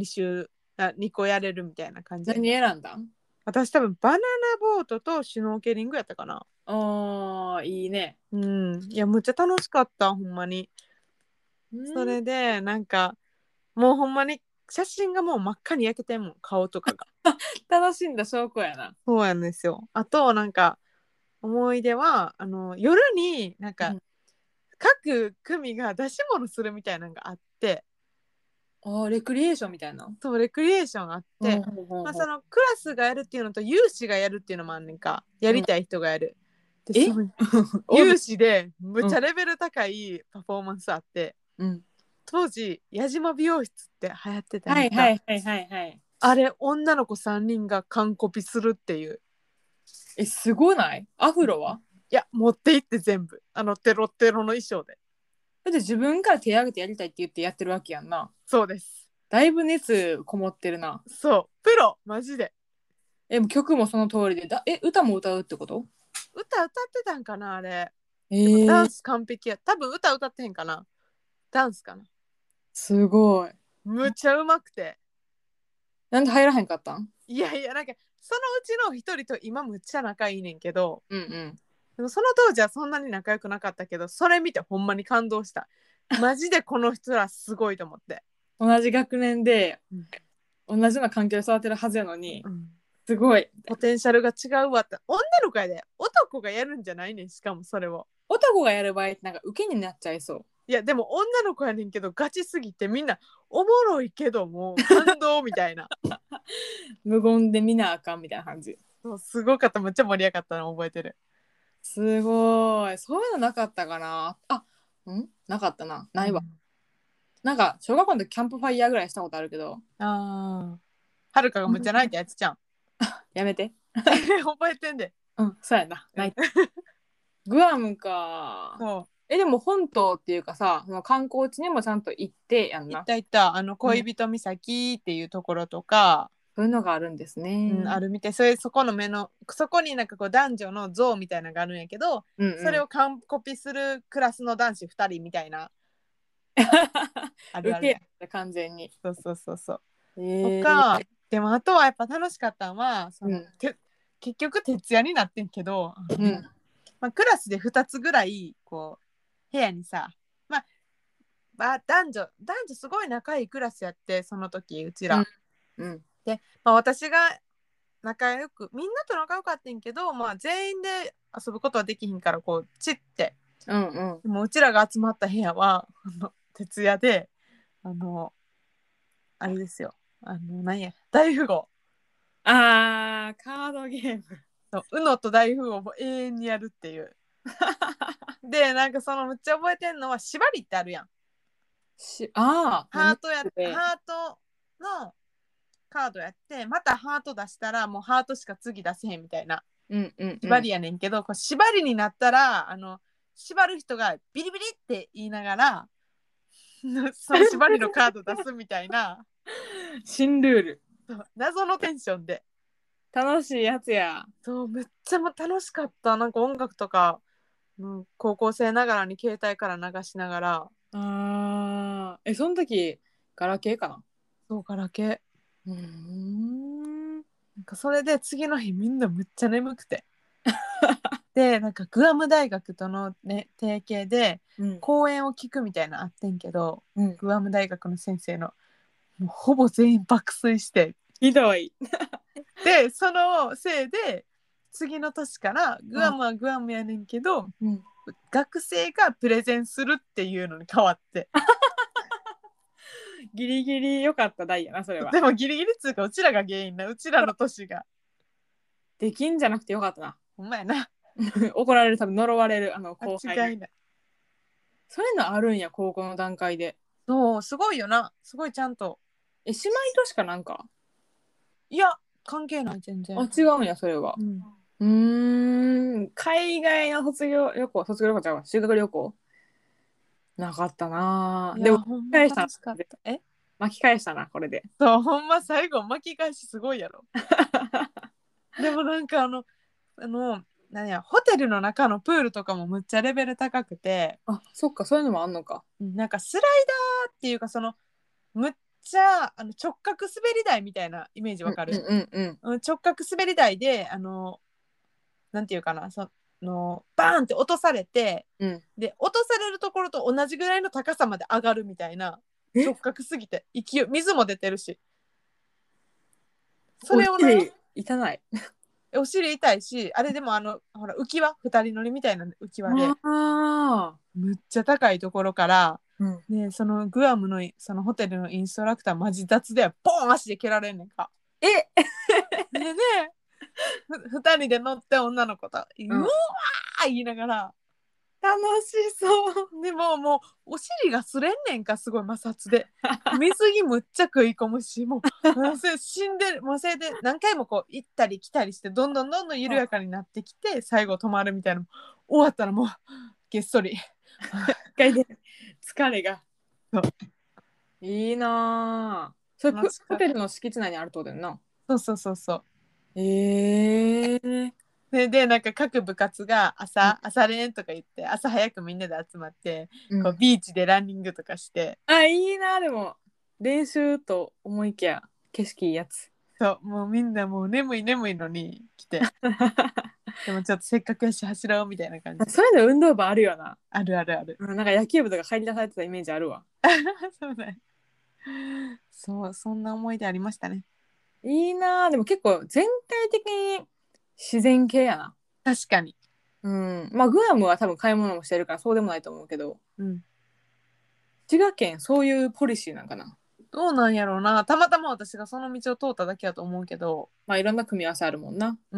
S1: 2個やれるみたいな感じ。
S2: 何選んだん？
S1: 私多分バナナボートとシュノーケリングやったかな。
S2: あー、いいね。
S1: いやむっちゃ楽しかったほんまに。それでなんかもうほんまに写真がもう真っ赤に焼けてんもん、顔とかが。
S2: 楽しんだ証拠やな。
S1: そうやんですよ。あとなんか思い出は夜になんか各組が出し物するみたいなのがあって、
S2: レクリエーションみたいな。
S1: そうレクリエーションあって、そのクラスがやるっていうのと有志がやるっていうのもあんねんか、やりたい人がやる。でその有志でむちゃレベル高いパフォーマンスあって、当時矢島美容室って流行ってたやんか。あれ女の子3人が完コピするっていう。
S2: すごない？アフロは？
S1: いや持って行って全部テロテロの衣装で。
S2: だって自分から手挙げてやりたいって言ってやってるわけやんな。
S1: そうです。
S2: だいぶ熱こもってるな。
S1: そうプロマジで。
S2: もう曲もその通りで歌も歌うってこと？
S1: 歌ってたんかなあれ。でもダンス完璧や。多分歌ってへんかな。ダンスかな。
S2: すごい。
S1: むちゃうまくて。
S2: なんで入らへんかったん？
S1: いやなんかそのうちの一人と今むっちゃ仲いいねんけど、
S2: うん
S1: でもその当時はそんなに仲良くなかったけど、それ見てほんまに感動した。マジでこの人らすごいと思って。
S2: 同じ学年で、同じような環境で育てるはずやのに、すごい
S1: ポテンシャルが違うわって。女の子やで男がやるんじゃないねん。しかもそれを
S2: 男がやる場合ってなんか受けになっちゃいそう。
S1: いやでも女の子やねんけどガチすぎてみんなおもろいけども感動みたいな
S2: 無言で見なあかんみたいな感じ。
S1: そうすごかった。めっちゃ盛り上がったの覚えてる。
S2: すごい。そういうのなかったかな。なかったな。ないわ。なんか小学校の時キャンプファイヤーぐらいしたことあるけど。
S1: はるかがむっちゃ泣いたやつじゃん。
S2: やめて。
S1: 覚えてんで。
S2: そうやな。泣いた。グアムか。
S1: そう
S2: でも本島っていうかさ、観光地にもちゃんと行ってやんな。
S1: 行った恋人岬っていうところとか、
S2: そういうのがあるんですね。
S1: あるみたい。そこのそこになんかこう男女の像みたいなのがあるんやけど、それを完コピするクラスの男子2人みたいなあるあるやん。
S2: 受け完全に。
S1: そうとか。でもあとはやっぱ楽しかったのは結局徹夜になってんけど、クラスで2つぐらいこう部屋にさ、男女すごい仲いいクラスやって、その時うちら、で、私がみんなと仲良かったんけど、全員で遊ぶことはできひんからこう散って、もううちらが集まった部屋は徹夜であれですよ、何や大富豪、
S2: カードゲーム。
S1: UNO と大富豪を永遠にやるっていうでなんかむっちゃ覚えてんのは縛りってあるやん。ハートのカードやって、またハート出したらもうハートしか次出せへんみたいな縛りやねんけど、こう縛りになったら縛る人がビリビリって言いながらその縛りのカード出すみたいな
S2: 新ルール。
S1: 謎のテンションで
S2: 楽しいやつや。
S1: そうめっちゃ楽しかった。なんか音楽とか、高校生ながらに携帯から流しながら。
S2: その時ガラケーかな。
S1: そうガラケー。なんかそれで次の日みんなむっちゃ眠くてでなんかグアム大学との、提携で講演を聞くみたいなのあってんけど、グアム大学の先生のもうほぼ全員爆睡して、
S2: ひどい
S1: でそのせいで次の年からグアムはグアムやねんけど、学生がプレゼンするっていうのに変わって
S2: ギリギリ良かった代やなそれは。
S1: でもギリギリっつうかうちらが原因な、うちらの年が
S2: できんじゃなくてよかったな。
S1: ほんまやな
S2: 怒られる、多分呪われる後輩。
S1: 間違いない。
S2: そういうのあるんや、高校の段階で。
S1: そうすごいよな。すごいちゃんと。
S2: 姉妹都市かなんか。
S1: いや関係ない全然。
S2: 違うんや、それは。
S1: うん、
S2: 海外の卒業旅行ちゃうわ、修学旅行なかったな。でも、
S1: いやほんま
S2: 巻き返したな。
S1: 楽しかった。
S2: 巻き返したな、これで。
S1: そうほんま最後巻き返しすごいやろ。でもなんか何やホテルの中のプールとかもむっちゃレベル高くて、
S2: あ、そっか、そういうのもあんのか。
S1: なんかスライダーっていうかむっちゃ直角滑り台みたいなイメージわかる？直角滑り台でなんていうかなバーンって落とされて、
S2: うん。
S1: で落とされるところと同じぐらいの高さまで上がるみたいな、直角すぎて勢い水も出てるし、それをな、
S2: お尻痛ない。
S1: お尻痛いし、あれでもほら浮き輪2人乗りみたいな浮き輪で
S2: ああ。
S1: むっちゃ高いところから、
S2: うん。
S1: ね、そのグアムのそのホテルのインストラクターマジ雑でボーン足で蹴られんねんか。
S2: え
S1: でね、2人で乗って女の子とうわー言いながら、
S2: 楽しそう。
S1: でももうお尻がすれんねんか、すごい摩擦で水着むっちゃ食い込むし、もうそれ死んでる、もうそれで何回もこう行ったり来たりしてどんどん緩やかになってきて最後止まるみたいな、終わったらもうげっそり
S2: 一回で疲れが。
S1: そう
S2: いいなぁ。それ
S1: 楽しかった。
S2: ホテルの敷地内にあるってことだよな。
S1: そうそうそうそう。
S2: え
S1: でなんか各部活が朝練とか言って朝早くみんなで集まって、こうビーチでランニングとかして、
S2: あ、いいな。でも練習と思いきや景色いいやつ。
S1: そうもうみんなもう眠い眠いのに来てでもちょっとせっかくやし走ろうみたいな感じ。
S2: そういうの運動部あるよな。
S1: あるあるある。
S2: なんか野球部とか入り出されてたイメージあるわ。
S1: そうだね。そうそんな思い出ありましたね。
S2: いいな。でも結構全体的に自然系やな。
S1: 確かに。
S2: まあグアムは多分買い物もしてるからそうでもないと思うけど、
S1: うん。
S2: 滋賀県そういうポリシーなんかな。
S1: どうなんやろうな。たまたま私がその道を通っただけやと思うけど。
S2: まあいろんな組み合わせあるもんな。
S1: うん。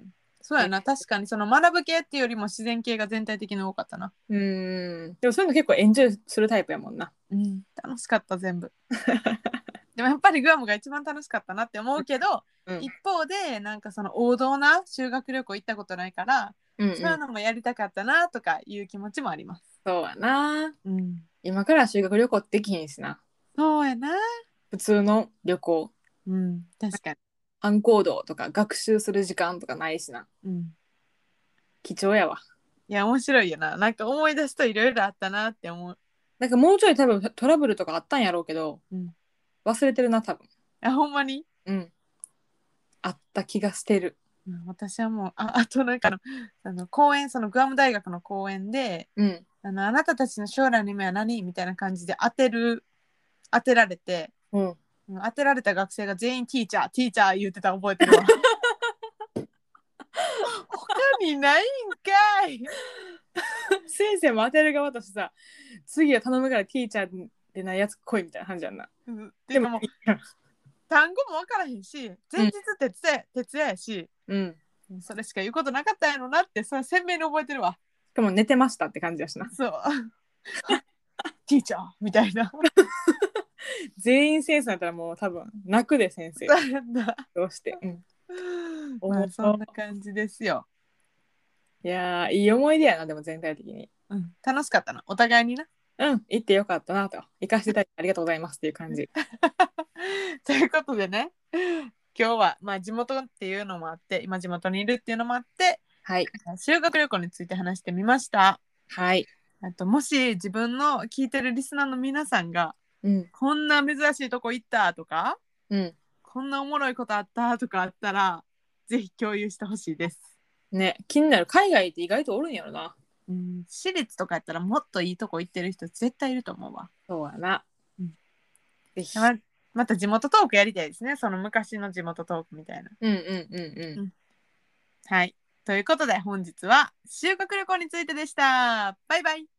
S1: そうやな。確かにその学ぶ系っていうよりも自然系が全体的に多かったな。
S2: でもそういうの結構エンジョイするタイプやもんな。
S1: うん。楽しかった全部。でもやっぱりグアムが一番楽しかったなって思うけど、一方でなんかその王道な修学旅行行ったことないから、そういうのもやりたかったなとかいう気持ちもあります。
S2: そうやな。
S1: うん。
S2: 今から修学旅行できひんしな。
S1: そうやな。
S2: 普通の旅行。
S1: うん。確かに。
S2: 暗行動とか学習する時間とかないしな。
S1: うん。
S2: 貴重やわ。
S1: いや面白いよな。なんか思い出すといろいろあったなって思う。
S2: なんかもうちょい多分トラブルとかあったんやろうけど、忘れてるな多分。
S1: ほんまに。
S2: あった気がしてる。
S1: 私はもうあとなんか公園、そのグアム大学の公園で、あなたたちの将来の夢は何みたいな感じで当てられて、当てられた学生が全員ティーチャーティーチャー言ってた覚えてるわ。他にないんかい。
S2: 先生も当てる側としてさ、次は頼むからティーチャーでないやつ来いみたいな感じやんな。
S1: でも単語も分からへんし、前日徹夜やし、それしか言うことなかったんやろなってそれ鮮明に覚えてるわ。
S2: しかも寝てましたって感じやしな。
S1: そうティーチャーみたいな。
S2: 全員先生だったらもう多分泣くで先生。どうして、
S1: まあそんな感じですよ。
S2: いやいい思い出やな。でも全体的に、
S1: 楽しかったな、お互いにな。
S2: 行ってよかったなと、行かせていただきありがとうございますっていう感じ。
S1: ということでね、今日はまあ地元っていうのもあって、今地元にいるっていうのもあって、修学旅行について話してみました。あともし自分の聞いてるリスナーの皆さんが、こんな珍しいとこ行ったとか、こんなおもろいことあったとかあったらぜひ共有してほしいです
S2: ね。気になる。海外って意外とおるんやろな。
S1: 私立とかやったらもっといいとこ行ってる人絶対いると思うわ。
S2: そうやな。
S1: ぜひまた地元トークやりたいですね。その昔の地元トークみたいな。はい。ということで本日は修学旅行についてでした。バイバイ。